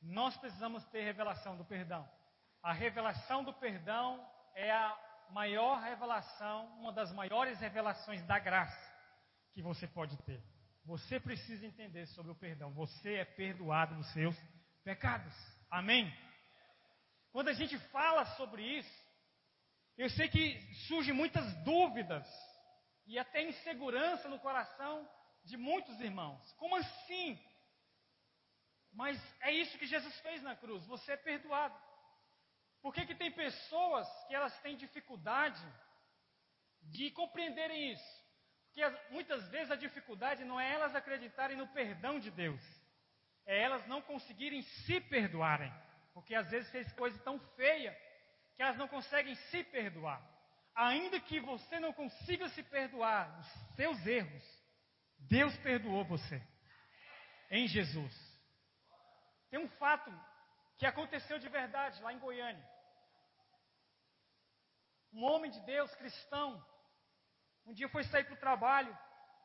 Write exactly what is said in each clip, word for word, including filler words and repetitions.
nós precisamos ter revelação do perdão. A revelação do perdão é a maior revelação, uma das maiores revelações da graça que você pode ter. Você precisa entender sobre o perdão. Você é perdoado dos seus pecados. Amém? Quando a gente fala sobre isso, eu sei que surgem muitas dúvidas e até insegurança no coração de muitos irmãos. Como assim? Mas é isso que Jesus fez na cruz. Você é perdoado. Por que que tem pessoas que elas têm dificuldade de compreenderem isso? Porque as, muitas vezes a dificuldade não é elas acreditarem no perdão de Deus. É elas não conseguirem se perdoarem. Porque às vezes fez coisa tão feia que elas não conseguem se perdoar. Ainda que você não consiga se perdoar os seus erros, Deus perdoou você. Em Jesus. Tem um fato que aconteceu de verdade lá em Goiânia. Um homem de Deus, cristão, um dia foi sair para o trabalho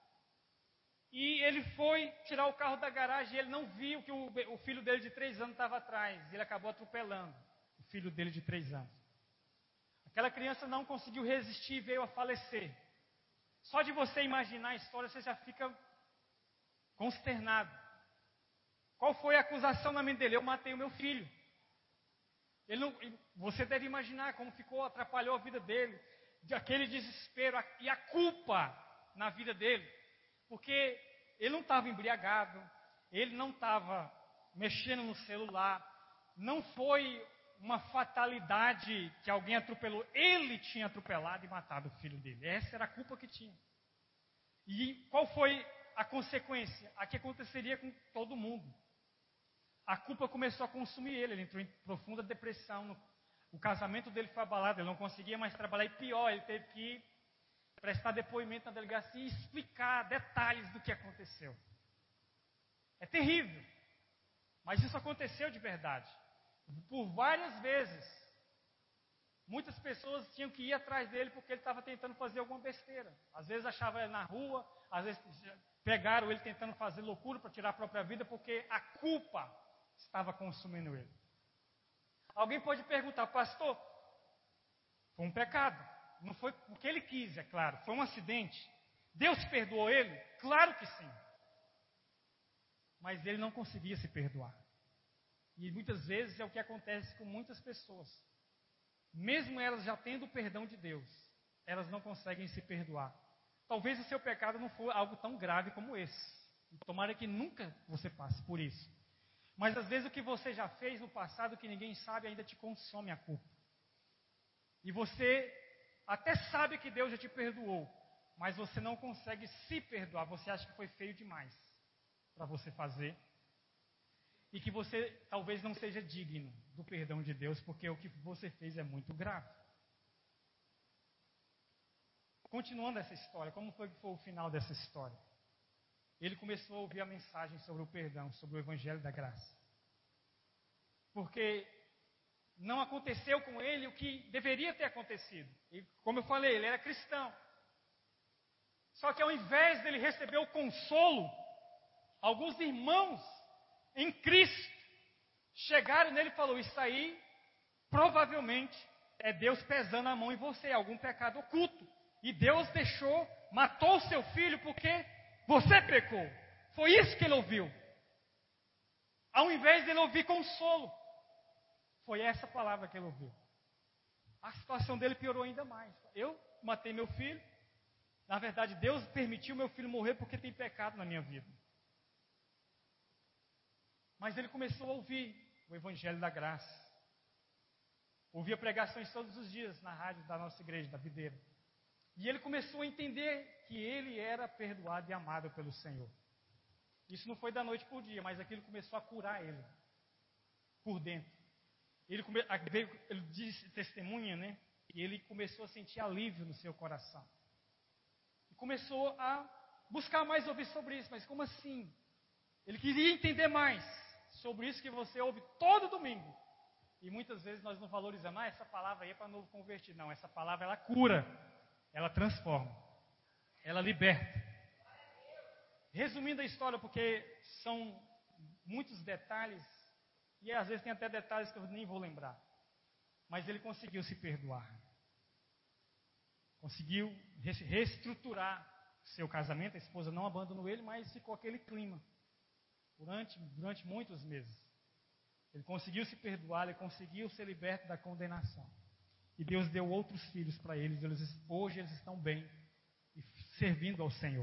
e ele foi tirar o carro da garagem e ele não viu que o, o filho dele de três anos estava atrás. Ele acabou atropelando o filho dele de três anos. Aquela criança não conseguiu resistir e veio a falecer. Só de você imaginar a história, você já fica consternado. Qual foi a acusação na mente dele? Eu matei o meu filho. Ele não, você deve imaginar como ficou, atrapalhou a vida dele, aquele desespero e a culpa na vida dele, porque ele não estava embriagado, ele não estava mexendo no celular, não foi uma fatalidade que alguém atropelou, ele tinha atropelado e matado o filho dele, essa era a culpa que tinha. E qual foi a consequência? A que aconteceria com todo mundo. A culpa começou a consumir ele, ele entrou em profunda depressão, o casamento dele foi abalado, ele não conseguia mais trabalhar, e pior, ele teve que prestar depoimento na delegacia e explicar detalhes do que aconteceu. É terrível, mas isso aconteceu de verdade, por várias vezes. Muitas pessoas tinham que ir atrás dele porque ele estava tentando fazer alguma besteira. Às vezes achavam ele na rua, às vezes pegaram ele tentando fazer loucura para tirar a própria vida, porque a culpa estava consumindo ele. Alguém pode perguntar, pastor, foi um pecado. Não foi porque ele quis, é claro. Foi um acidente. Deus perdoou ele? Claro que sim. Mas ele não conseguia se perdoar. E muitas vezes é o que acontece com muitas pessoas. Mesmo elas já tendo o perdão de Deus, elas não conseguem se perdoar. Talvez o seu pecado não for algo tão grave como esse. E tomara que nunca você passe por isso. Mas às vezes o que você já fez no passado que ninguém sabe ainda te consome a culpa. E você até sabe que Deus já te perdoou, mas você não consegue se perdoar. Você acha que foi feio demais para você fazer. E que você talvez não seja digno do perdão de Deus, porque o que você fez é muito grave. Continuando essa história, como foi que foi o final dessa história? Ele começou a ouvir a mensagem sobre o perdão, sobre o Evangelho da Graça. Porque não aconteceu com ele o que deveria ter acontecido. E, como eu falei, ele era cristão. Só que ao invés dele receber o consolo, alguns irmãos em Cristo chegaram nele e falaram, isso aí provavelmente é Deus pesando a mão em você, algum pecado oculto. E Deus deixou, matou o seu filho porque você pecou. Foi isso que ele ouviu. Ao invés de ele ouvir consolo, foi essa palavra que ele ouviu. A situação dele piorou ainda mais. Eu matei meu filho. Na verdade, Deus permitiu meu filho morrer porque tem pecado na minha vida. Mas ele começou a ouvir o Evangelho da Graça. Ouvia pregações todos os dias na rádio da nossa igreja, da Videira. E ele começou a entender que ele era perdoado e amado pelo Senhor. Isso não foi da noite para o dia, mas aquilo começou a curar ele. Por dentro. Ele, come, ele diz testemunha, né? E ele começou a sentir alívio no seu coração. E começou a buscar mais ouvir sobre isso. Mas como assim? Ele queria entender mais sobre isso que você ouve todo domingo. E muitas vezes nós não valorizamos. Ah, essa palavra aí é para novo convertido. Não, essa palavra ela cura. Ela transforma. Ela liberta. Resumindo a história, porque são muitos detalhes E às vezes tem até detalhes que eu nem vou lembrar. Mas ele conseguiu se perdoar. Conseguiu reestruturar seu casamento. A esposa não abandonou ele, mas ficou aquele clima. Durante, durante muitos meses. Ele conseguiu se perdoar, ele conseguiu ser liberto da condenação. E Deus deu outros filhos para eles. eles. Hoje eles estão bem e servindo ao Senhor.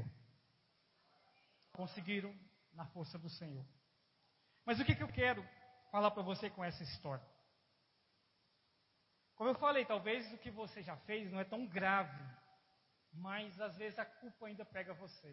Conseguiram na força do Senhor. Mas o que, que eu quero falar para você com essa história? Como eu falei, talvez o que você já fez não é tão grave, mas às vezes a culpa ainda pega você.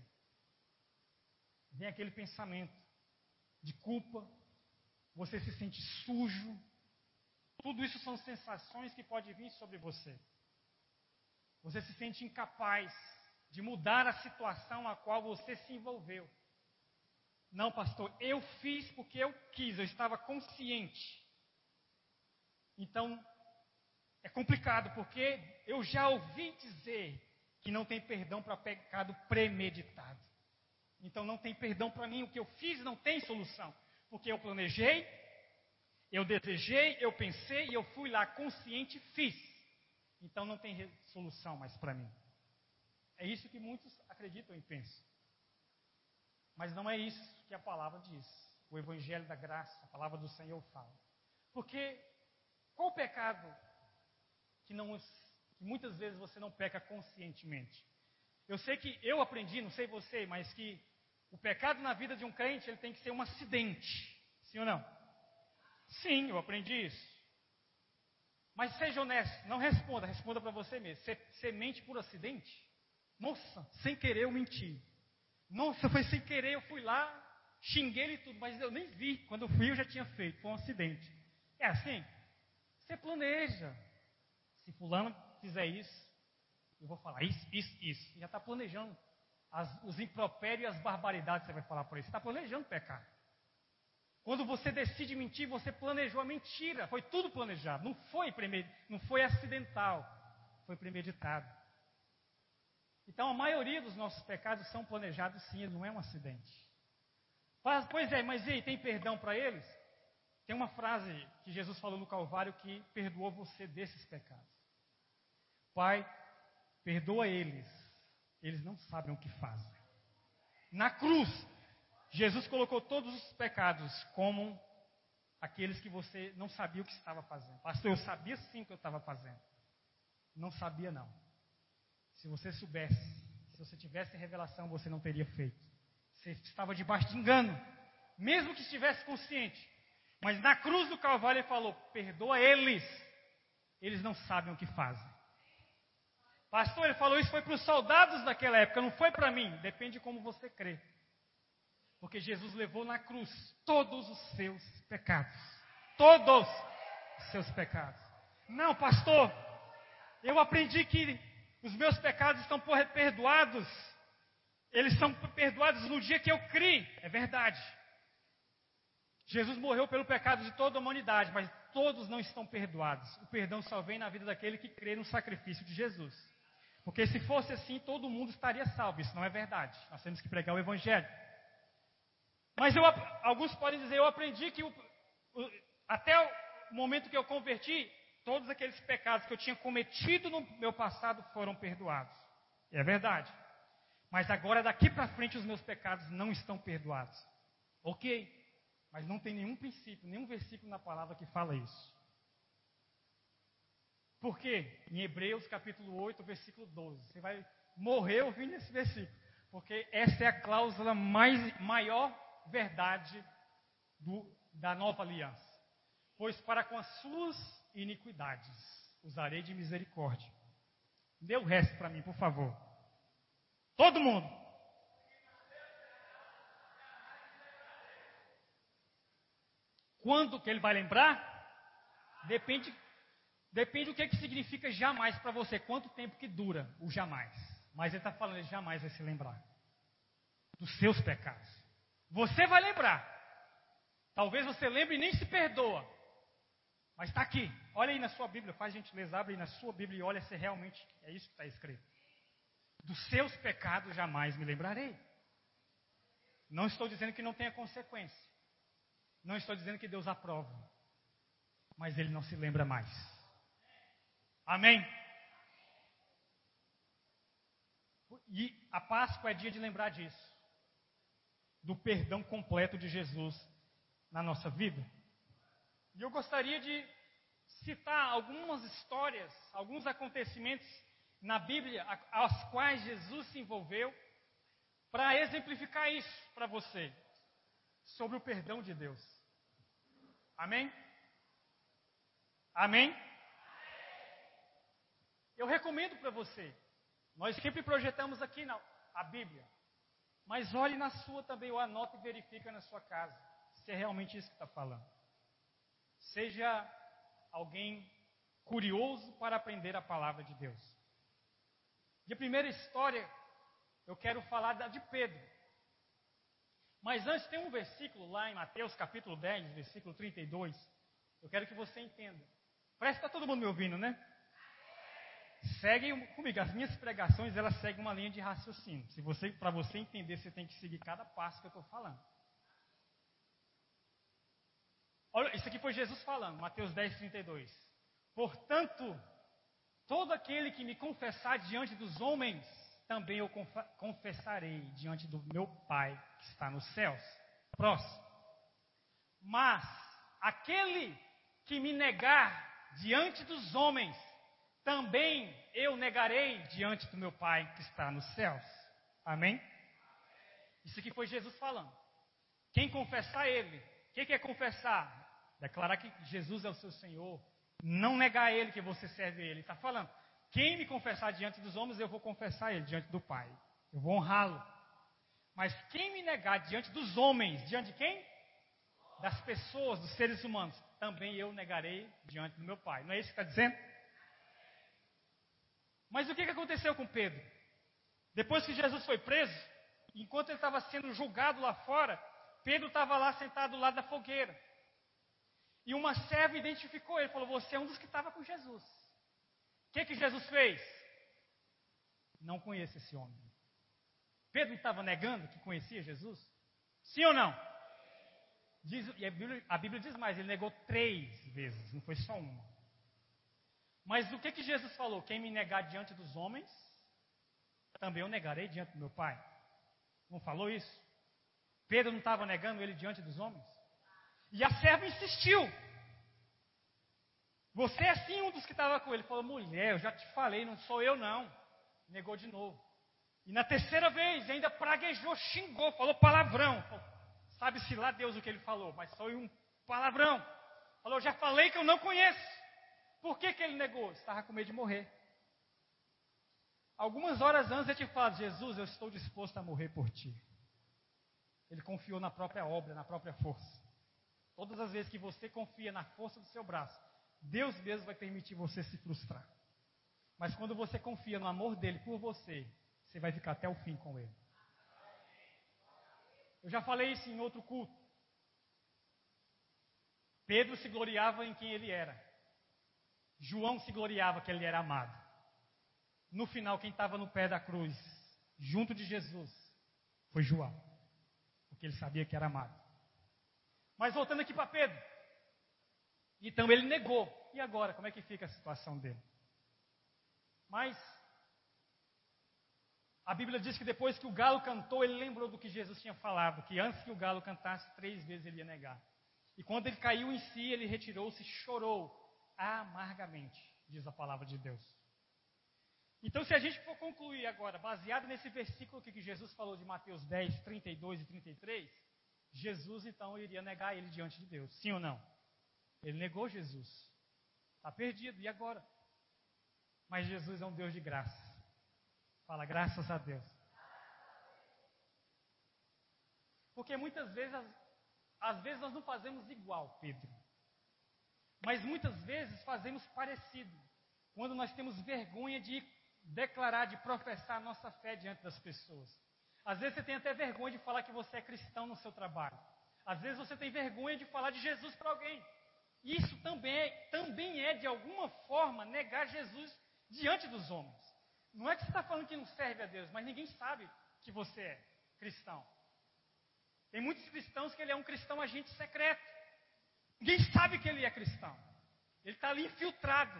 Vem aquele pensamento de culpa, você se sente sujo. Tudo isso são sensações que podem vir sobre você. Você se sente incapaz de mudar a situação a qual você se envolveu. Não, pastor, eu fiz porque eu quis, eu estava consciente. Então, é complicado, porque eu já ouvi dizer que não tem perdão para pecado premeditado. Então, não tem perdão para mim, o que eu fiz não tem solução. Porque eu planejei, eu desejei, eu pensei e eu fui lá consciente e fiz. Então, não tem solução mais para mim. É isso que muitos acreditam e pensam. Mas não é isso que a palavra diz. O Evangelho da Graça, a palavra do Senhor fala. Porque qual o pecado que, não, que muitas vezes você não peca conscientemente? Eu sei que eu aprendi, não sei você, mas que o pecado na vida de um crente, ele tem que ser um acidente. Sim ou não? Sim, eu aprendi isso. Mas seja honesto, não responda, responda para você mesmo. Você, você mente por acidente? Nossa, sem querer eu menti. Nossa, foi sem querer, eu fui lá, xinguei ele e tudo, mas eu nem vi. Quando eu fui, eu já tinha feito, foi um acidente. É assim? Você planeja. Se fulano fizer isso, eu vou falar isso, isso, isso. Você já está planejando as, os impropérios e as barbaridades que você vai falar por isso. Você está planejando pecar. Quando você decide mentir, você planejou a mentira. Foi tudo planejado. Não foi, premed... não foi acidental. Foi premeditado. Então, a maioria dos nossos pecados são planejados sim, não é um acidente. Pois é, mas e aí, tem perdão para eles? Tem uma frase que Jesus falou no Calvário que perdoou você desses pecados. Pai, perdoa eles. Eles não sabem o que fazem. Na cruz, Jesus colocou todos os pecados como aqueles que você não sabia o que estava fazendo. Pastor, eu sabia sim o que eu estava fazendo. Não sabia não. Se você soubesse, se você tivesse revelação, você não teria feito. Você estava debaixo de engano, mesmo que estivesse consciente. Mas na cruz do Calvário ele falou, perdoa eles. Eles não sabem o que fazem. Pastor, ele falou isso foi para os soldados daquela época, não foi para mim. Depende de como você crê. Porque Jesus levou na cruz todos os seus pecados. Todos os seus pecados. Não, pastor, eu aprendi que os meus pecados estão perdoados. Eles são perdoados no dia que eu criei. É verdade. Jesus morreu pelo pecado de toda a humanidade, mas todos não estão perdoados. O perdão só vem na vida daquele que crê no sacrifício de Jesus. Porque se fosse assim, todo mundo estaria salvo. Isso não é verdade. Nós temos que pregar o Evangelho. Mas eu, alguns podem dizer, eu aprendi que o, o, até o momento que eu converti, todos aqueles pecados que eu tinha cometido no meu passado foram perdoados. É verdade. Mas agora, daqui para frente, os meus pecados não estão perdoados. Ok. Mas não tem nenhum princípio, nenhum versículo na palavra que fala isso. Por quê? Em Hebreus capítulo oito, versículo doze. Você vai morrer ouvindo esse versículo. Porque essa é a cláusula mais, maior verdade do, da nova aliança. Pois para com as suas iniquidades usarei de misericórdia. Dê o resto para mim, por favor. Todo mundo. Quando que ele vai lembrar? Depende, depende do que, que significa jamais para você. Quanto tempo que dura o jamais. Mas ele está falando, ele jamais vai se lembrar dos seus pecados. Você vai lembrar. Talvez você lembre e nem se perdoa. Mas está aqui. Olha aí na sua Bíblia. Faz gentileza, abre aí na sua Bíblia e olha se realmente é isso que está escrito. Dos seus pecados jamais me lembrarei. Não estou dizendo que não tenha consequência. Não estou dizendo que Deus aprova, mas Ele não se lembra mais. Amém? E a Páscoa é dia de lembrar disso, do perdão completo de Jesus na nossa vida. E eu gostaria de citar algumas histórias, alguns acontecimentos na Bíblia aos quais Jesus se envolveu, para exemplificar isso para você, sobre o perdão de Deus. Amém? Amém? Eu recomendo para você, nós sempre projetamos aqui na, a Bíblia, mas olhe na sua também, ou anota e verifica na sua casa, se é realmente isso que está falando. Seja alguém curioso para aprender a palavra de Deus. E a primeira história, eu quero falar da de Pedro. Mas antes tem um versículo lá em Mateus capítulo dez, versículo trinta e dois. Eu quero que você entenda. Parece que está todo mundo me ouvindo, né? Segue comigo, as minhas pregações, elas seguem uma linha de raciocínio. Se você, para você entender, você tem que seguir cada passo que eu estou falando. Olha, isso aqui foi Jesus falando, Mateus dez, trinta e dois. Portanto, todo aquele que me confessar diante dos homens, também eu confessarei diante do meu Pai que está nos céus. Próximo. Mas aquele que me negar diante dos homens, também eu negarei diante do meu Pai que está nos céus. Amém? Isso aqui foi Jesus falando. Quem confessar Ele, o que, que é confessar? Declarar que Jesus é o seu Senhor. Não negar Ele, que você serve Ele. Ele está falando, quem me confessar diante dos homens, eu vou confessar Ele diante do Pai. Eu vou honrá-lo. Mas quem me negar diante dos homens, diante de quem? Das pessoas, dos seres humanos, também eu negarei diante do meu Pai. Não é isso que está dizendo? Mas o que, que aconteceu com Pedro? Depois que Jesus foi preso, enquanto ele estava sendo julgado lá fora, Pedro estava lá sentado do lado da fogueira. E uma serva identificou ele, falou, você é um dos que estava com Jesus. O que, que Jesus fez? Não conheço esse homem. Pedro estava negando que conhecia Jesus? Sim ou não? Diz, e a Bíblia, a Bíblia diz mais, ele negou três vezes, não foi só uma. Mas o que, que Jesus falou? Quem me negar diante dos homens, também eu negarei diante do meu Pai. Não falou isso? Pedro não estava negando ele diante dos homens? E a serva insistiu. Você é sim um dos que estava com ele. Ele falou, mulher, eu já te falei, não sou eu não. Negou de novo. E na terceira vez, ainda praguejou, xingou, falou palavrão. Sabe-se lá Deus o que ele falou, mas foi um palavrão. Falou, já falei que eu não conheço. Por que, que ele negou? Estava com medo de morrer. Algumas horas antes ele te fala, Jesus, eu estou disposto a morrer por ti. Ele confiou na própria obra, na própria força. Todas as vezes que você confia na força do seu braço, Deus mesmo vai permitir você se frustrar. Mas quando você confia no amor dele por você, você vai ficar até o fim com ele. Eu já falei isso em outro culto. Pedro se gloriava em quem ele era. João se gloriava que ele era amado. No final, quem estava no pé da cruz, junto de Jesus, foi João. Porque ele sabia que era amado. Mas voltando aqui para Pedro. Então ele negou. E agora, como é que fica a situação dele? Mas a Bíblia diz que depois que o galo cantou, ele lembrou do que Jesus tinha falado, que antes que o galo cantasse, três vezes ele ia negar. E quando ele caiu em si, ele retirou-se e chorou amargamente, diz a palavra de Deus. Então, se a gente for concluir agora, baseado nesse versículo aqui que Jesus falou de Mateus dez, trinta e dois e trinta e três, Jesus então iria negar ele diante de Deus, sim ou não? Ele negou Jesus, está perdido, e agora? Mas Jesus é um Deus de graça. Fala, graças a Deus. Porque muitas vezes, às vezes nós não fazemos igual, Pedro. Mas muitas vezes fazemos parecido. Quando nós temos vergonha de declarar, de professar a nossa fé diante das pessoas. Às vezes você tem até vergonha de falar que você é cristão no seu trabalho. Às vezes você tem vergonha de falar de Jesus para alguém. Isso também é, também é, de alguma forma, negar Jesus diante dos homens. Não é que você está falando que não serve a Deus, mas ninguém sabe que você é cristão. Tem muitos cristãos que ele é um cristão agente secreto. Ninguém sabe que ele é cristão. Ele está ali infiltrado.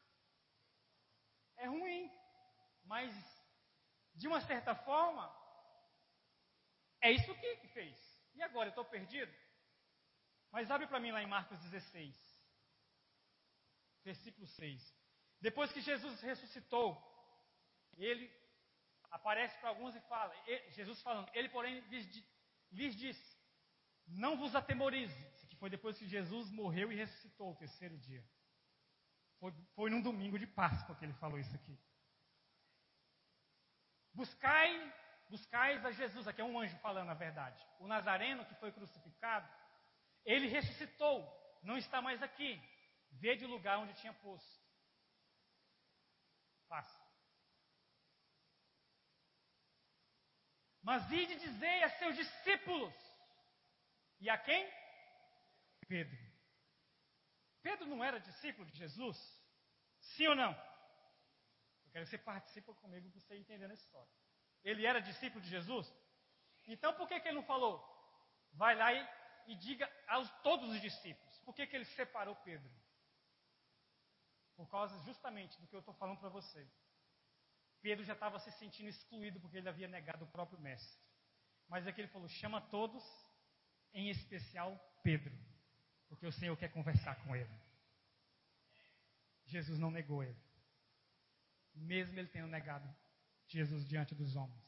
É ruim, mas de uma certa forma, é isso que fez. E agora, eu estou perdido? Mas abre para mim lá em Marcos dezesseis, versículo seis. Depois que Jesus ressuscitou, ele aparece para alguns e fala, ele, Jesus falando, ele porém lhes, lhes disse, não vos atemorize. Isso aqui foi depois que Jesus morreu e ressuscitou o terceiro dia. Foi, foi num domingo de Páscoa que ele falou isso aqui. Buscai, buscais a Jesus, aqui é um anjo falando a verdade. O Nazareno que foi crucificado, ele ressuscitou, não está mais aqui. Vede o lugar onde tinha posto. Passa. Mas ide dizer a seus discípulos. E a quem? Pedro. Pedro não era discípulo de Jesus? Sim ou não? Eu quero que você participe comigo para você entender a história. Ele era discípulo de Jesus? Então por que, que ele não falou? Vai lá e, e diga a todos os discípulos. Por que, que ele separou Pedro? Por causa justamente do que eu estou falando para você. Pedro já estava se sentindo excluído porque ele havia negado o próprio mestre. Mas aqui ele falou, chama todos, em especial Pedro. Porque o Senhor quer conversar com ele. Jesus não negou ele. Mesmo ele tendo negado Jesus diante dos homens.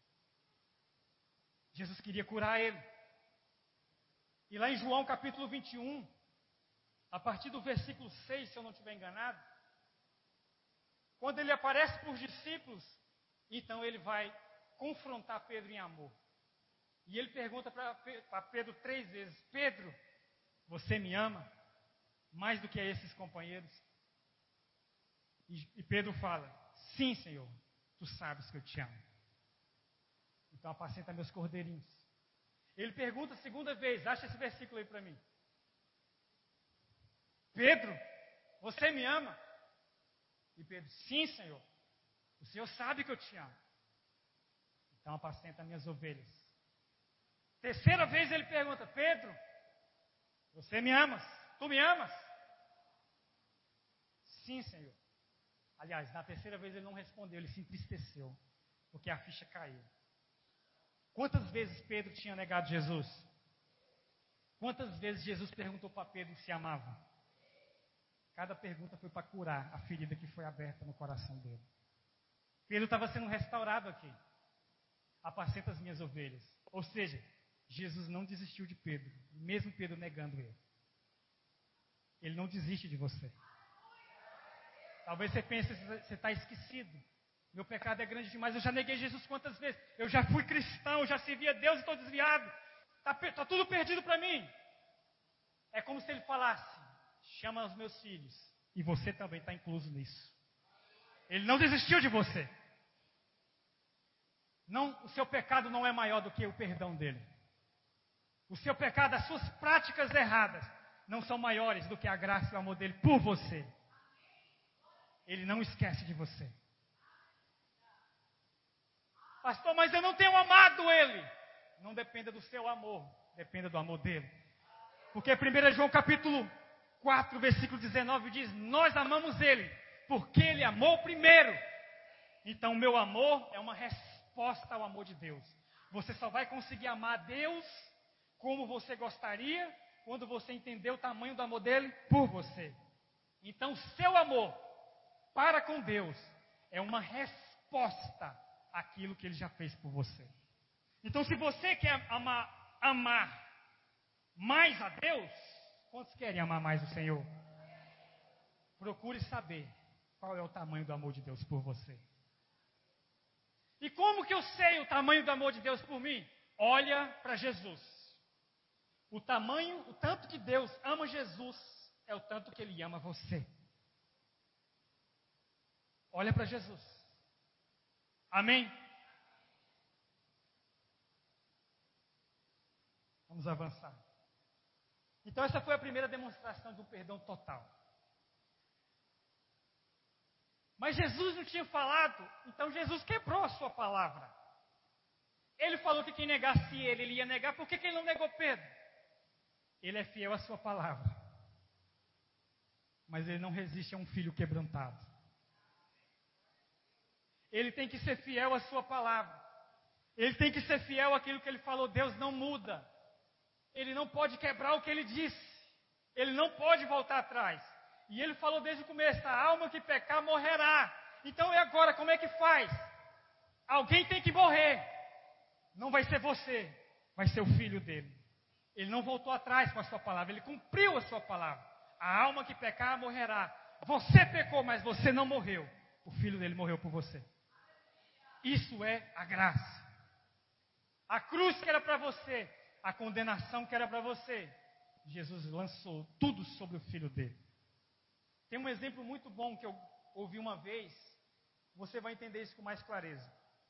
Jesus queria curar ele. E lá em João capítulo vinte e um, a partir do versículo seis, se eu não estiver enganado, quando ele aparece para os discípulos, então ele vai confrontar Pedro em amor. E ele pergunta para Pedro três vezes, Pedro, você me ama mais do que a esses companheiros? E, e Pedro fala, sim, Senhor, tu sabes que eu te amo. Então apacenta meus cordeirinhos. Ele pergunta a segunda vez, acha esse versículo aí para mim. Pedro, você me ama? E Pedro, sim, Senhor. O Senhor sabe que eu te amo. Então apacenta minhas ovelhas. Terceira vez ele pergunta, Pedro, você me amas? Tu me amas? Sim, Senhor. Aliás, na terceira vez ele não respondeu, ele se entristeceu, porque a ficha caiu. Quantas vezes Pedro tinha negado Jesus? Quantas vezes Jesus perguntou para Pedro se amava? Cada pergunta foi para curar a ferida que foi aberta no coração dele. Pedro estava sendo restaurado aqui. Apacenta as minhas ovelhas. Ou seja, Jesus não desistiu de Pedro, mesmo Pedro negando ele. Ele não desiste de você. Talvez você pense que você está esquecido. Meu pecado é grande demais, eu já neguei Jesus quantas vezes? Eu já fui cristão, já servi a Deus e estou desviado. Está tá tudo perdido para mim. É como se ele falasse, chama os meus filhos. E você também está incluso nisso. Ele não desistiu de você. Não, o seu pecado não é maior do que o perdão dele. O seu pecado, as suas práticas erradas, não são maiores do que a graça e o amor dele por você. Ele não esquece de você. Pastor, mas eu não tenho amado ele. Não dependa do seu amor, dependa do amor dele. Porque primeiro João capítulo quatro, versículo dezenove diz, nós amamos ele, porque ele amou primeiro. Então o meu amor é uma resposta ao amor de Deus. Você só vai conseguir amar a Deus como você gostaria, quando você entender o tamanho do amor dele por você. Então seu amor para com Deus é uma resposta àquilo que ele já fez por você. Então se você quer amar, amar mais a Deus, quantos querem amar mais o Senhor? Procure saber qual é o tamanho do amor de Deus por você. E como que eu sei o tamanho do amor de Deus por mim? Olha para Jesus. O tamanho, o tanto que Deus ama Jesus, é o tanto que Ele ama você. Olha para Jesus. Amém? Vamos avançar. Então essa foi a primeira demonstração do perdão total. Mas Jesus não tinha falado, então Jesus quebrou a sua palavra. Ele falou que quem negasse ele, ele ia negar, por que, que ele não negou Pedro? Ele é fiel à sua palavra. Mas ele não resiste a um filho quebrantado. Ele tem que ser fiel à sua palavra. Ele tem que ser fiel àquilo que ele falou. Deus não muda. Ele não pode quebrar o que ele disse. Ele não pode voltar atrás. E ele falou desde o começo, a alma que pecar morrerá. Então e agora, como é que faz? Alguém tem que morrer. Não vai ser você, vai ser o filho dele. Ele não voltou atrás com a sua palavra, ele cumpriu a sua palavra. A alma que pecar morrerá. Você pecou, mas você não morreu. O filho dele morreu por você. Isso é a graça. A cruz que era para você, a condenação que era para você, Jesus lançou tudo sobre o filho dele. Tem um exemplo muito bom que eu ouvi uma vez, você vai entender isso com mais clareza.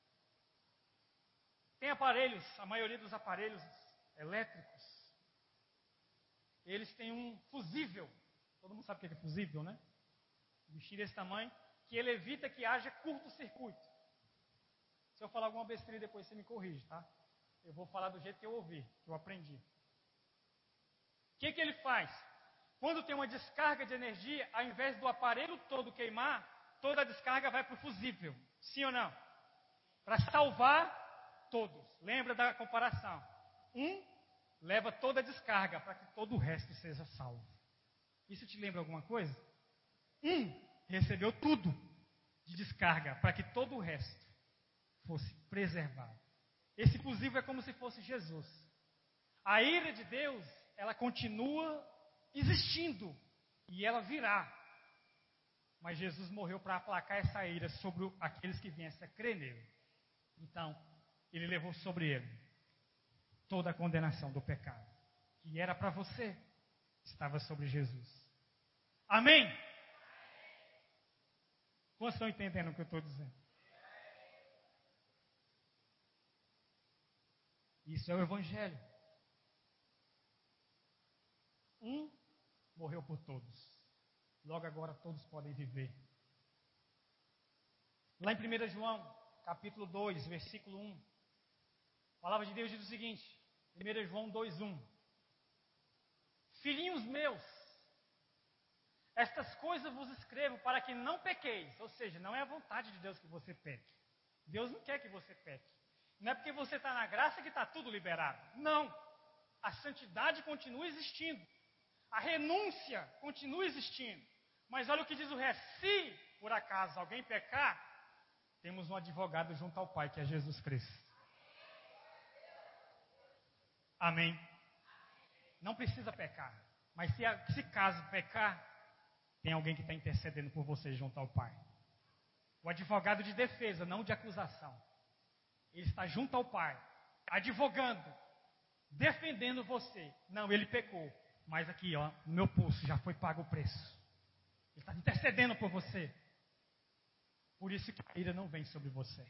Tem aparelhos, a maioria dos aparelhos elétricos, eles têm um fusível. Todo mundo sabe o que é fusível, né? Um bichinho desse tamanho, que ele evita que haja curto-circuito. Se eu falar alguma besteira depois você me corrige, tá? Eu vou falar do jeito que eu ouvi, que eu aprendi. O que, que ele faz? Quando tem uma descarga de energia, ao invés do aparelho todo queimar, toda a descarga vai para o fusível. Sim ou não? Para salvar todos. Lembra da comparação? Um leva toda a descarga para que todo o resto seja salvo. Isso te lembra alguma coisa? Um recebeu tudo de descarga para que todo o resto fosse preservado. Esse fusível é como se fosse Jesus. A ira de Deus, ela continua existindo e ela virá. Mas Jesus morreu para aplacar essa ira sobre aqueles que viessem a crer nele. Então, ele levou sobre ele toda a condenação do pecado. Que era para você, estava sobre Jesus. Amém? Quantos estão entendendo o que eu estou dizendo? Isso é o Evangelho. Um morreu por todos. Logo agora todos podem viver. Lá em primeiro João, capítulo dois, versículo um. A palavra de Deus diz o seguinte. primeiro João dois, um. Filhinhos meus, estas coisas vos escrevo para que não pequeis. Ou seja, não é a vontade de Deus que você peque. Deus não quer que você peque. Não é porque você está na graça que está tudo liberado. Não. A santidade continua existindo. A renúncia continua existindo. Mas olha o que diz o resto. Se, por acaso, alguém pecar, temos um advogado junto ao Pai, que é Jesus Cristo. Amém. Não precisa pecar. Mas se, se caso pecar, tem alguém que está intercedendo por você junto ao Pai. O advogado de defesa, não de acusação. Ele está junto ao Pai, advogando, defendendo você. Não, ele pecou. Mas aqui, ó, no meu pulso já foi pago o preço. Ele está intercedendo por você. Por isso que a ira não vem sobre você.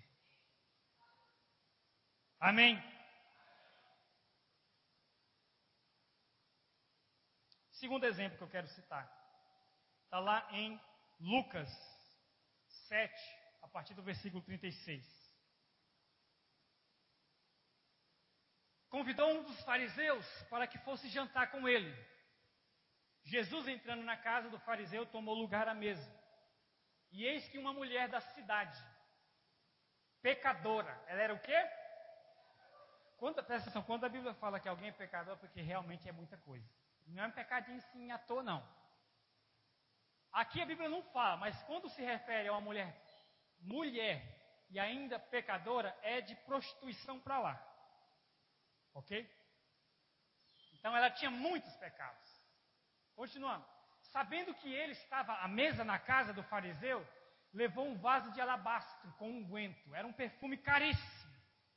Amém? Segundo exemplo que eu quero citar. Está lá em Lucas sete, a partir do versículo trinta e seis. Convidou um dos fariseus para que fosse jantar com ele. Jesus, entrando na casa do fariseu, tomou lugar à mesa. E eis que uma mulher da cidade, pecadora, ela era o quê? Quando, presta atenção, quando a Bíblia fala que alguém é pecador, porque realmente é muita coisa. Não é um pecadinho assim à toa, não. Aqui a Bíblia não fala, mas quando se refere a uma mulher, mulher e ainda pecadora, é de prostituição para lá. Ok? Então ela tinha muitos pecados. Continuando. Sabendo que ele estava à mesa na casa do fariseu, levou um vaso de alabastro com unguento. Era um perfume caríssimo.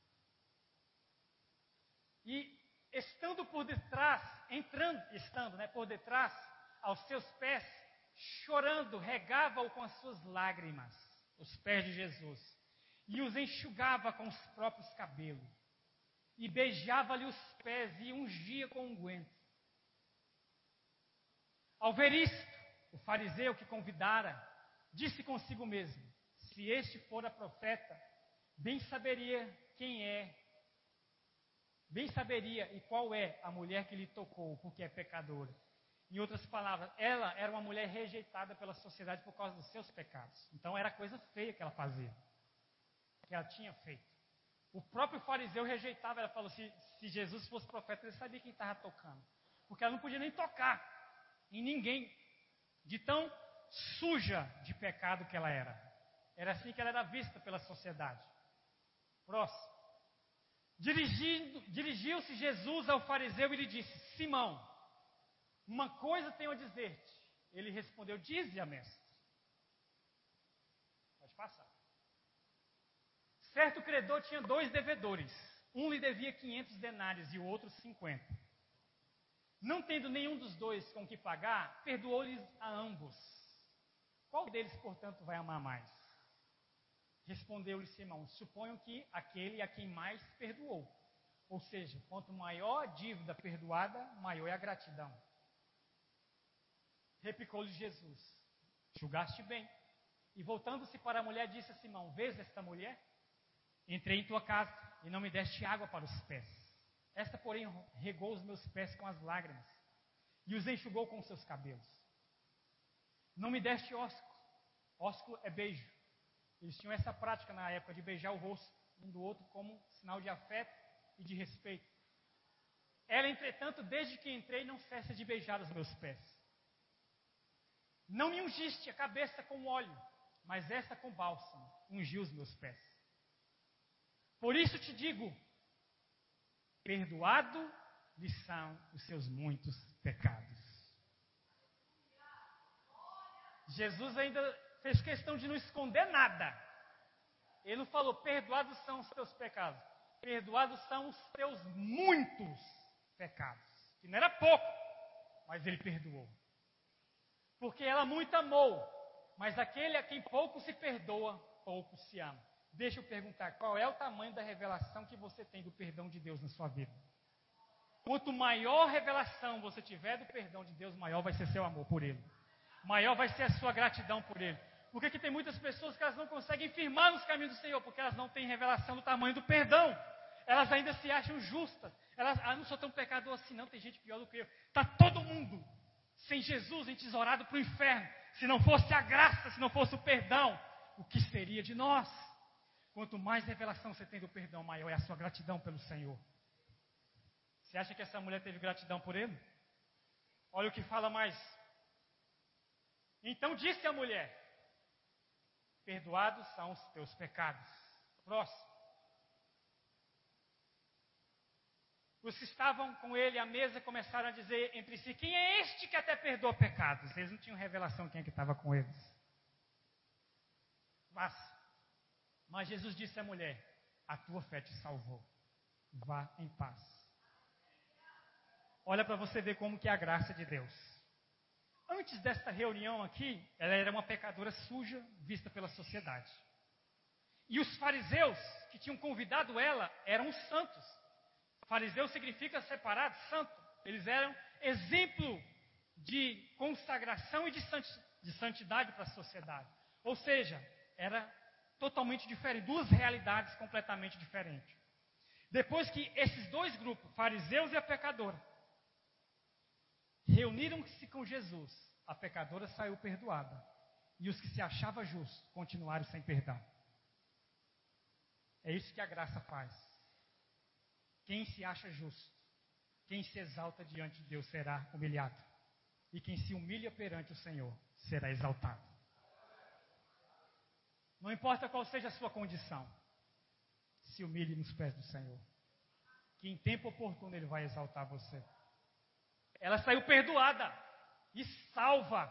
E estando por detrás, entrando, estando né, por detrás, aos seus pés, chorando, regava-o com as suas lágrimas, os pés de Jesus, e os enxugava com os próprios cabelos. E beijava-lhe os pés e ungia com unguento. Ao ver isto, o fariseu que convidara, disse consigo mesmo, se este fora profeta, bem saberia quem é, bem saberia e qual é a mulher que lhe tocou, porque é pecadora. Em outras palavras, ela era uma mulher rejeitada pela sociedade por causa dos seus pecados. Então era coisa feia que ela fazia, que ela tinha feito. O próprio fariseu rejeitava, ela falou, se, se Jesus fosse profeta, ele sabia quem estava tocando. Porque ela não podia nem tocar em ninguém, de tão suja de pecado que ela era. Era assim que ela era vista pela sociedade. Próximo. Dirigindo, dirigiu-se Jesus ao fariseu e lhe disse, Simão, uma coisa tenho a dizer-te. Ele respondeu, dize-a, mestre. Pode passar. Certo credor tinha dois devedores. Um lhe devia quinhentos denários e o outro cinquenta. Não tendo nenhum dos dois com que pagar, perdoou-lhes a ambos. Qual deles, portanto, vai amar mais? Respondeu-lhe Simão, suponho que aquele a quem mais perdoou. Ou seja, quanto maior a dívida perdoada, maior é a gratidão. Replicou-lhe Jesus, julgaste bem. E voltando-se para a mulher, disse a Simão, vês esta mulher? Entrei em tua casa e não me deste água para os pés. Esta, porém, regou os meus pés com as lágrimas e os enxugou com os seus cabelos. Não me deste ósculo. Ósculo é beijo. Eles tinham essa prática na época de beijar o rosto um do outro como sinal de afeto e de respeito. Ela, entretanto, desde que entrei, não cessa de beijar os meus pés. Não me ungiste a cabeça com óleo, mas esta com bálsamo ungiu os meus pés. Por isso te digo, perdoado lhe são os seus muitos pecados. Jesus ainda fez questão de não esconder nada. Ele não falou, perdoados são os teus pecados. Perdoados são os teus muitos pecados. Que não era pouco, mas ele perdoou. Porque ela muito amou, mas aquele a quem pouco se perdoa, pouco se ama. Deixa eu perguntar, qual é o tamanho da revelação que você tem do perdão de Deus na sua vida? Quanto maior revelação você tiver do perdão de Deus, maior vai ser seu amor por Ele. Maior vai ser a sua gratidão por Ele. Por que que tem muitas pessoas que elas não conseguem firmar nos caminhos do Senhor? Porque elas não têm revelação do tamanho do perdão. Elas ainda se acham justas. Elas, ah, não sou tão pecador assim não, tem gente pior do que eu. Está todo mundo sem Jesus entesourado para o inferno. Se não fosse a graça, se não fosse o perdão, o que seria de nós? Quanto mais revelação você tem do perdão, maior é a sua gratidão pelo Senhor. Você acha que essa mulher teve gratidão por ele? Olha o que fala mais. Então disse a mulher, perdoados são os teus pecados. Próximo. Os que estavam com ele à mesa começaram a dizer entre si, quem é este que até perdoa pecados? Eles não tinham revelação quem é que estava com eles. Mas, mas Jesus disse à mulher, a tua fé te salvou. Vá em paz. Olha para você ver como que é a graça de Deus. Antes desta reunião aqui, ela era uma pecadora suja, vista pela sociedade. E os fariseus que tinham convidado ela, eram os santos. Fariseu significa separado, santo. Eles eram exemplo de consagração e de santidade para a sociedade. Ou seja, era totalmente diferente, duas realidades completamente diferentes. Depois que esses dois grupos, fariseus e a pecadora, reuniram-se com Jesus, a pecadora saiu perdoada. E os que se achavam justos continuaram sem perdão. É isso que a graça faz. Quem se acha justo, quem se exalta diante de Deus será humilhado. E quem se humilha perante o Senhor será exaltado. Não importa qual seja a sua condição, se humilhe nos pés do Senhor. Que em tempo oportuno Ele vai exaltar você. Ela saiu perdoada e salva.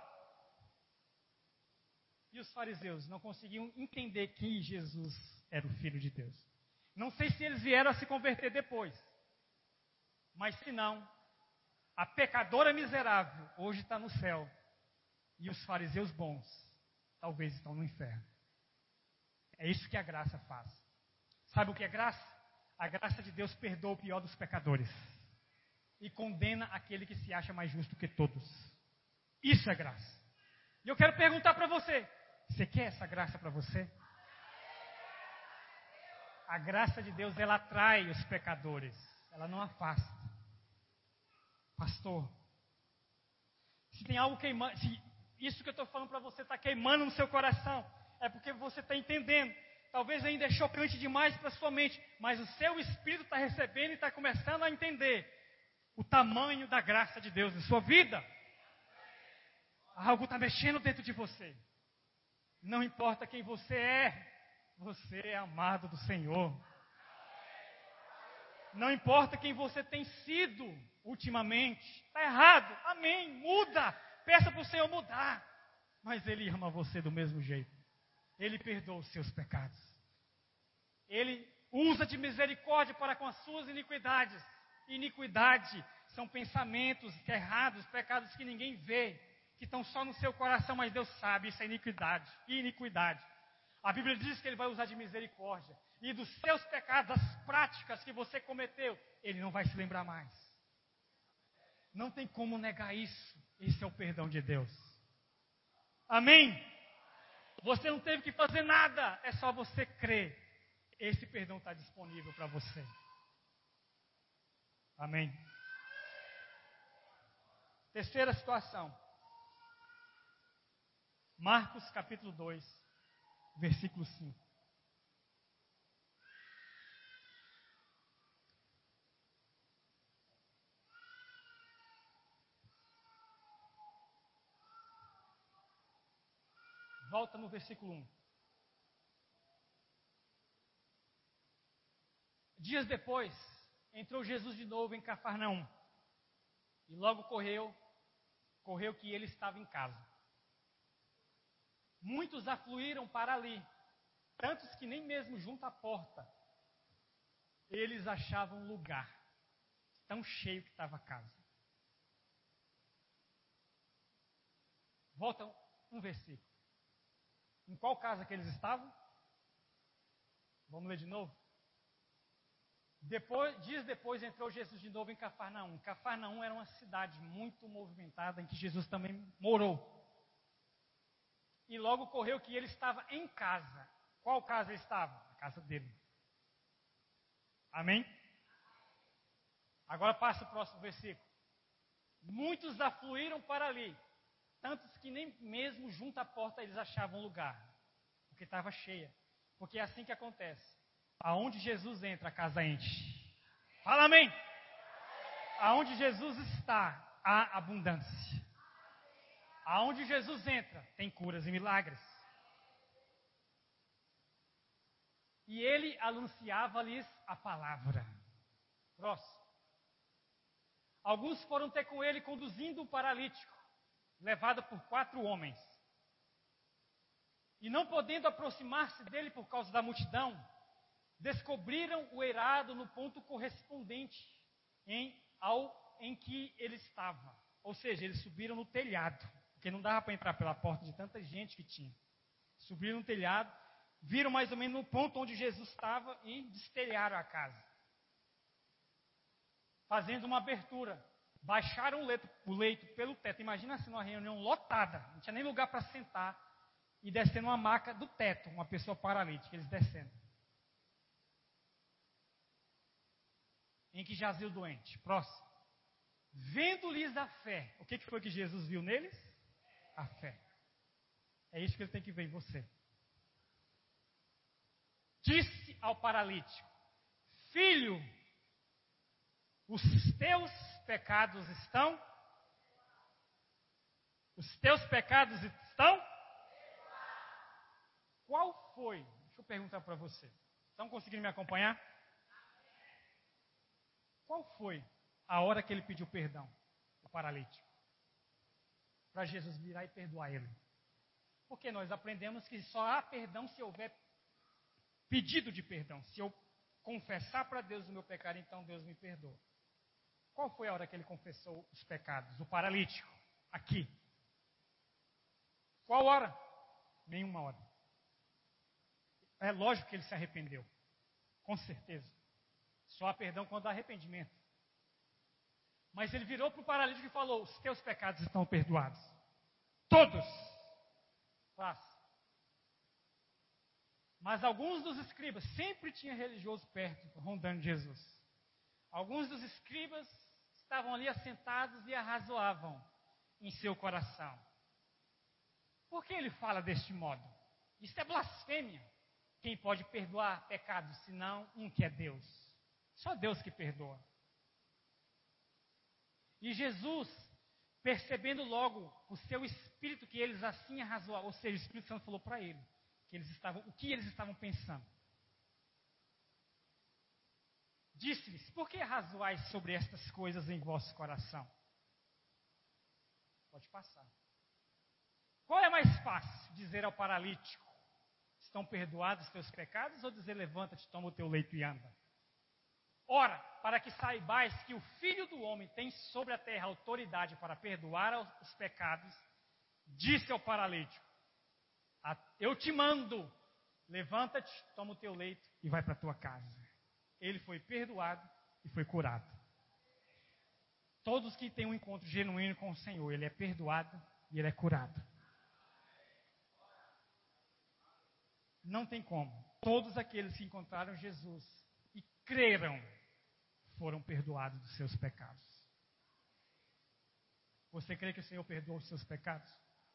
E os fariseus não conseguiam entender que Jesus era o Filho de Deus. Não sei se eles vieram a se converter depois. Mas se não, a pecadora miserável hoje está no céu. E os fariseus bons talvez estão no inferno. É isso que a graça faz. Sabe o que é graça? A graça de Deus perdoa o pior dos pecadores. E condena aquele que se acha mais justo que todos. Isso é graça. E eu quero perguntar para você. Você quer essa graça para você? A graça de Deus, ela atrai os pecadores. ela não afasta. Pastor, se tem algo queimando, se isso que eu estou falando para você está queimando no seu coração, é porque você está entendendo. Talvez ainda é chocante demais para a sua mente, mas o seu espírito está recebendo e está começando a entender o tamanho da graça de Deus em sua vida. Algo está mexendo dentro de você. Não importa quem você é, você é amado do Senhor. Não importa quem você tem sido ultimamente. Está errado. Amém. Muda. Peça para o Senhor mudar. Mas Ele ama você do mesmo jeito. Ele perdoa os seus pecados. Ele usa de misericórdia para com as suas iniquidades. Iniquidade são pensamentos errados, pecados que ninguém vê, que estão só no seu coração, mas Deus sabe, isso é iniquidade. Iniquidade. A Bíblia diz que Ele vai usar de misericórdia. E dos seus pecados, das práticas que você cometeu, Ele não vai se lembrar mais. Não tem como negar isso. Esse é o perdão de Deus. Amém? Você não teve que fazer nada, é só você crer. Esse perdão está disponível para você. Amém? Terceira situação. Marcos capítulo dois, versículo cinco. Volta no versículo um. Dias depois, entrou Jesus de novo em Cafarnaum. E logo correu, correu que ele estava em casa. Muitos afluíram para ali, tantos que nem mesmo junto à porta eles achavam lugar. Tão cheio que estava a casa. Volta um versículo. Em qual casa que eles estavam? Vamos ler de novo? Depois, dias depois entrou Jesus de novo em Cafarnaum. Cafarnaum era uma cidade muito movimentada em que Jesus também morou. E logo correu que ele estava em casa. Qual casa ele estava? A casa dele. Amém? Agora passa o próximo versículo. Muitos afluíram para ali, tantos que nem mesmo junto à porta eles achavam lugar, porque estava cheia. Porque é assim que acontece. Aonde Jesus entra, a casa enche. Fala amém. Aonde Jesus está, há abundância. Aonde Jesus entra, tem curas e milagres. E ele anunciava-lhes a palavra. Próximo. Alguns foram ter com ele conduzindo o paralítico, levado por quatro homens. E não podendo aproximar-se dele por causa da multidão, descobriram o eirado no ponto correspondente em, ao, em que ele estava. Ou seja, eles subiram no telhado, porque não dava para entrar pela porta de tanta gente que tinha. Subiram no telhado, viram mais ou menos no ponto onde Jesus estava e destelharam a casa. Fazendo uma abertura. Baixaram o leito, o leito pelo teto. Imagina assim, uma reunião lotada, não tinha nem lugar para sentar. E descendo uma maca do teto, uma pessoa paralítica, eles descendo. Em que jazia o doente. Próximo. Vendo-lhes a fé. O que foi que Jesus viu neles? A fé. É isso que ele tem que ver em você. Disse ao paralítico: Filho, os teus pecados estão? Os teus pecados estão? Qual foi? Deixa eu perguntar para você. Estão conseguindo me acompanhar? Qual foi a hora que ele pediu perdão? O paralítico. Para Jesus virar e perdoar ele. Porque nós aprendemos que só há perdão se houver pedido de perdão. Se eu confessar para Deus o meu pecado, então Deus me perdoa. Qual foi a hora que ele confessou os pecados? O paralítico. Aqui. Qual hora? Nenhuma hora. É lógico que ele se arrependeu. Com certeza. Só há perdão quando há arrependimento. Mas ele virou para o paralítico e falou: os teus pecados estão perdoados. Todos. Fácil. Mas alguns dos escribas, sempre tinha religioso perto, rondando Jesus. Alguns dos escribas estavam ali assentados e arrazoavam em seu coração. Por que ele fala deste modo? Isso é blasfêmia. Quem pode perdoar pecados, senão um que é Deus? Só Deus que perdoa. E Jesus, percebendo logo o seu espírito que eles assim arrazoavam, ou seja, o Espírito Santo falou para ele que eles estavam, o que eles estavam pensando. Disse-lhes: por que arrazoais sobre estas coisas em vosso coração? Pode passar. Qual é mais fácil, dizer ao paralítico: estão perdoados os teus pecados, ou dizer: levanta-te, toma o teu leito e anda? Ora, para que saibais que o Filho do Homem tem sobre a terra autoridade para perdoar os pecados, disse ao paralítico: eu te mando, levanta-te, toma o teu leito e vai para a tua casa. Ele foi perdoado e foi curado. Todos que têm um encontro genuíno com o Senhor, ele é perdoado e ele é curado. Não tem como. Todos aqueles que encontraram Jesus e creram, foram perdoados dos seus pecados. Você crê que o Senhor perdoou os seus pecados?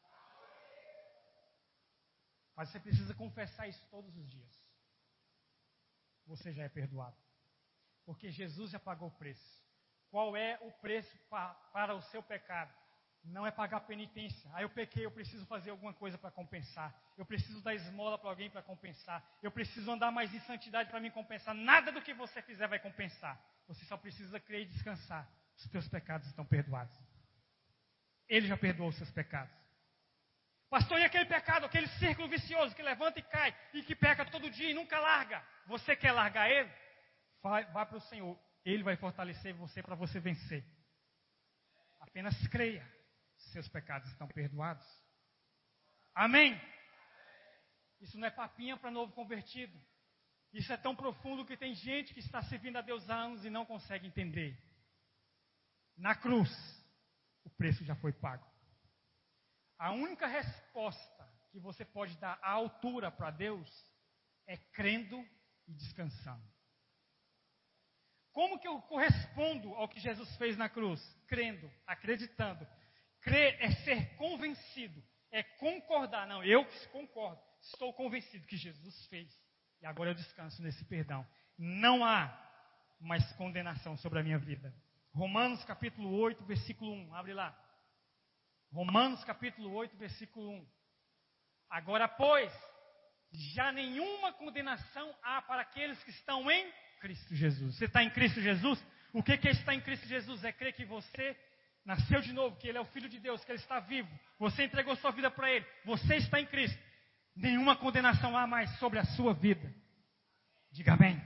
Mas você precisa confessar isso todos os dias. Você já é perdoado. Porque Jesus já pagou o preço. Qual é o preço pa, para o seu pecado? Não é pagar penitência. Ah, eu pequei, eu preciso fazer alguma coisa para compensar. Eu preciso dar esmola para alguém para compensar. Eu preciso andar mais em santidade para me compensar. Nada do que você fizer vai compensar. Você só precisa crer e descansar. Os teus pecados estão perdoados. Ele já perdoou os seus pecados. Pastor, e aquele pecado, aquele círculo vicioso que levanta e cai, e que peca todo dia e nunca larga? Você quer largar ele? Vai, vá para o Senhor. Ele vai fortalecer você para você vencer. Apenas creia. Seus pecados estão perdoados. Amém? Isso não é papinha para novo convertido. Isso é tão profundo que tem gente que está servindo a Deus há anos e não consegue entender. Na cruz, o preço já foi pago. A única resposta que você pode dar à altura para Deus é crendo e descansando. Como que eu correspondo ao que Jesus fez na cruz? Crendo, acreditando. Crer é ser convencido, é concordar. Não, eu concordo, estou convencido que Jesus fez. E agora eu descanso nesse perdão. Não há mais condenação sobre a minha vida. Romanos capítulo oito, versículo um. Abre lá. Romanos capítulo oito, versículo um. Agora, pois, já nenhuma condenação há para aqueles que estão em Cristo Jesus. Você está em Cristo Jesus? O que é estar em Cristo Jesus? É crer que você nasceu de novo, que Ele é o Filho de Deus, que Ele está vivo. Você entregou sua vida para Ele. Você está em Cristo. Nenhuma condenação há mais sobre a sua vida. Diga amém.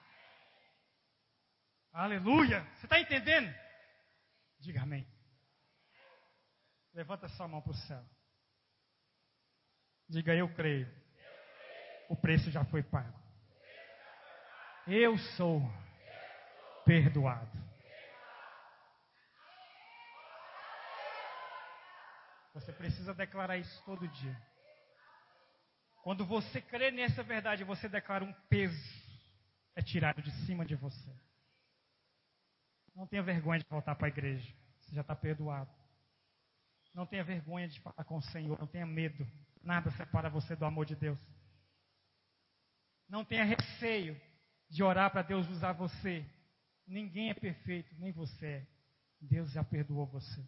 Aleluia. Você está entendendo? Diga amém. Levanta sua mão para o céu. Diga: eu creio. O preço já foi pago. Eu sou perdoado. Você precisa declarar isso todo dia. Quando você crê nessa verdade, você declara um peso. É tirado de cima de você. Não tenha vergonha de voltar para a igreja. Você já está perdoado. Não tenha vergonha de falar com o Senhor. Não tenha medo. Nada separa você do amor de Deus. Não tenha receio de orar para Deus usar você. Ninguém é perfeito, nem você é. Deus já perdoou você.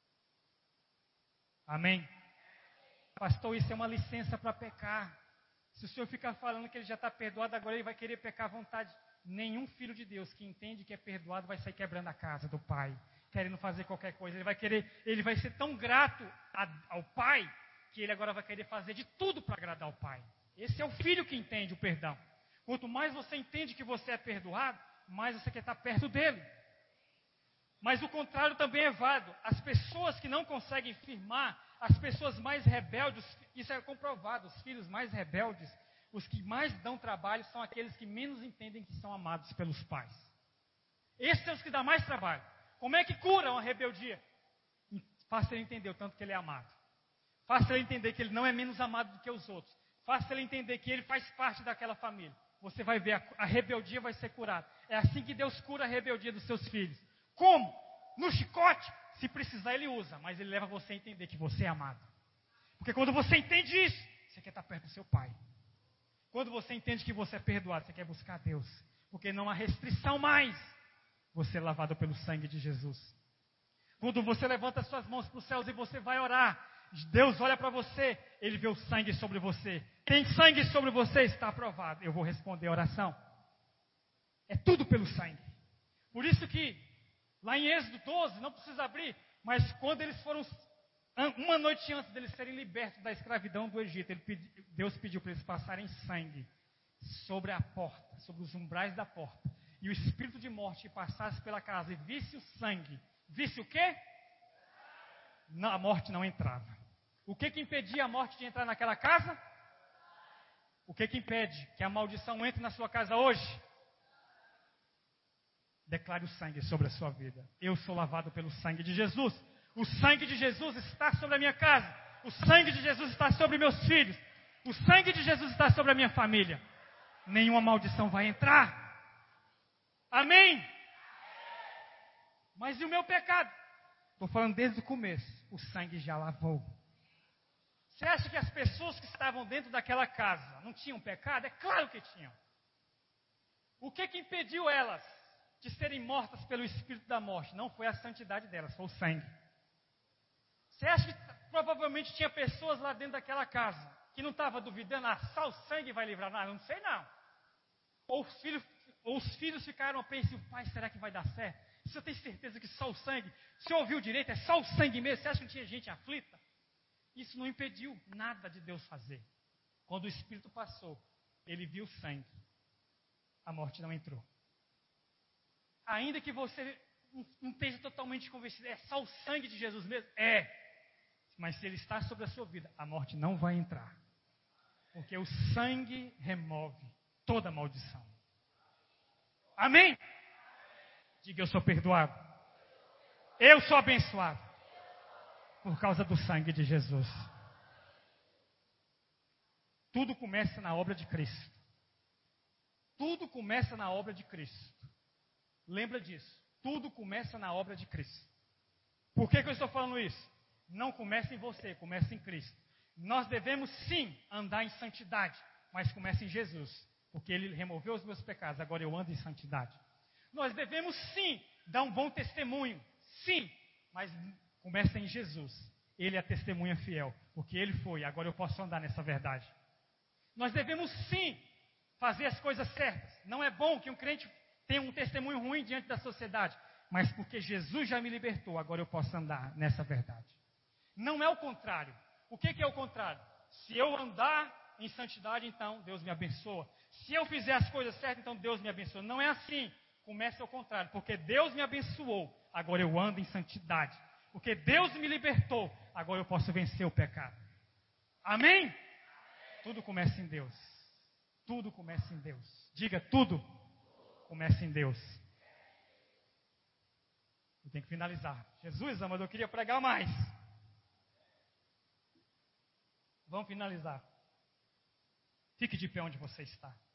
Amém? Pastor, isso é uma licença para pecar. Se o Senhor ficar falando que ele já está perdoado, agora ele vai querer pecar à vontade. Nenhum filho de Deus que entende que é perdoado vai sair quebrando a casa do Pai, querendo fazer qualquer coisa. Ele vai querer, ele vai ser tão grato a, ao Pai, que ele agora vai querer fazer de tudo para agradar ao Pai. Esse é o filho que entende o perdão. Quanto mais você entende que você é perdoado, mais você quer estar perto dele. Mas o contrário também é válido. As pessoas que não conseguem firmar, as pessoas mais rebeldes, isso é comprovado, os filhos mais rebeldes, os que mais dão trabalho são aqueles que menos entendem que são amados pelos pais. Esses são os que dão mais trabalho. Como é que cura uma rebeldia? Faça ele entender o tanto que ele é amado. Faça ele entender que ele não é menos amado do que os outros. Faça ele entender que ele faz parte daquela família. você vai ver, a, a rebeldia vai ser curada. É assim que Deus cura a rebeldia dos seus filhos. Como? No chicote, se precisar ele usa, mas ele leva você a entender que você é amado. Porque quando você entende isso, você quer estar perto do seu pai. Quando você entende que você é perdoado, você quer buscar Deus. Porque não há restrição mais. Você é lavado pelo sangue de Jesus. Quando você levanta suas mãos para os céus e você vai orar, Deus olha para você, Ele vê o sangue sobre você. Tem sangue sobre você, está aprovado. Eu vou responder a oração. É tudo pelo sangue. Por isso que, lá em Êxodo doze, não precisa abrir, mas quando eles foram, uma noite antes deles serem libertos da escravidão do Egito, ele pedi, Deus pediu para eles passarem sangue sobre a porta, sobre os umbrais da porta. E o espírito de morte passasse pela casa e visse o sangue. Visse o quê? Não, a morte não entrava. O que que impedia a morte de entrar naquela casa? O que que impede que a maldição entre na sua casa hoje? Declare o sangue sobre a sua vida. Eu sou lavado pelo sangue de Jesus. O sangue de Jesus está sobre a minha casa. O sangue de Jesus está sobre meus filhos. O sangue de Jesus está sobre a minha família. Nenhuma maldição vai entrar. Amém? Mas e o meu pecado? Estou falando desde o começo. O sangue já lavou. Você acha que as pessoas que estavam dentro daquela casa não tinham pecado? É claro que tinham. O que que impediu elas de serem mortas pelo espírito da morte? Não foi a santidade delas, foi o sangue. Você acha que provavelmente tinha pessoas lá dentro daquela casa que não estavam duvidando, ah, só o sangue vai livrar? Não, não sei não. Ou os filhos, ou os filhos ficaram pensando, pai, será que vai dar certo? Você tem certeza que só o sangue? Você ouviu direito? É só o sangue mesmo? Você acha que não tinha gente aflita? Isso não impediu nada de Deus fazer. Quando o Espírito passou, ele viu o sangue. A morte não entrou. Ainda que você não esteja totalmente convencido, é só o sangue de Jesus mesmo? É. Mas se ele está sobre a sua vida, a morte não vai entrar. Porque o sangue remove toda maldição. Amém? Diga, eu sou perdoado. Eu sou abençoado. Por causa do sangue de Jesus. Tudo começa na obra de Cristo. Tudo começa na obra de Cristo. Lembra disso. Tudo começa na obra de Cristo. Por que que eu estou falando isso? Não começa em você, começa em Cristo. Nós devemos sim andar em santidade, mas começa em Jesus. Porque Ele removeu os meus pecados, agora eu ando em santidade. Nós devemos sim dar um bom testemunho. Sim, mas começa em Jesus. Ele é a testemunha fiel, porque Ele foi, agora eu posso andar nessa verdade. Nós devemos sim fazer as coisas certas. Não é bom que um crente tenha um testemunho ruim diante da sociedade, mas porque Jesus já me libertou, agora eu posso andar nessa verdade. Não é o contrário. O que que é o contrário? Se eu andar em santidade, então Deus me abençoa. Se eu fizer as coisas certas, então Deus me abençoa. Não é assim. Começa ao contrário, porque Deus me abençoou, agora eu ando em santidade. Porque Deus me libertou, agora eu posso vencer o pecado. Amém? Amém. Tudo começa em Deus. Tudo começa em Deus. Diga, tudo começa em Deus. Eu tenho que finalizar. Jesus, mas eu queria pregar mais. Vamos finalizar. Fique de pé onde você está.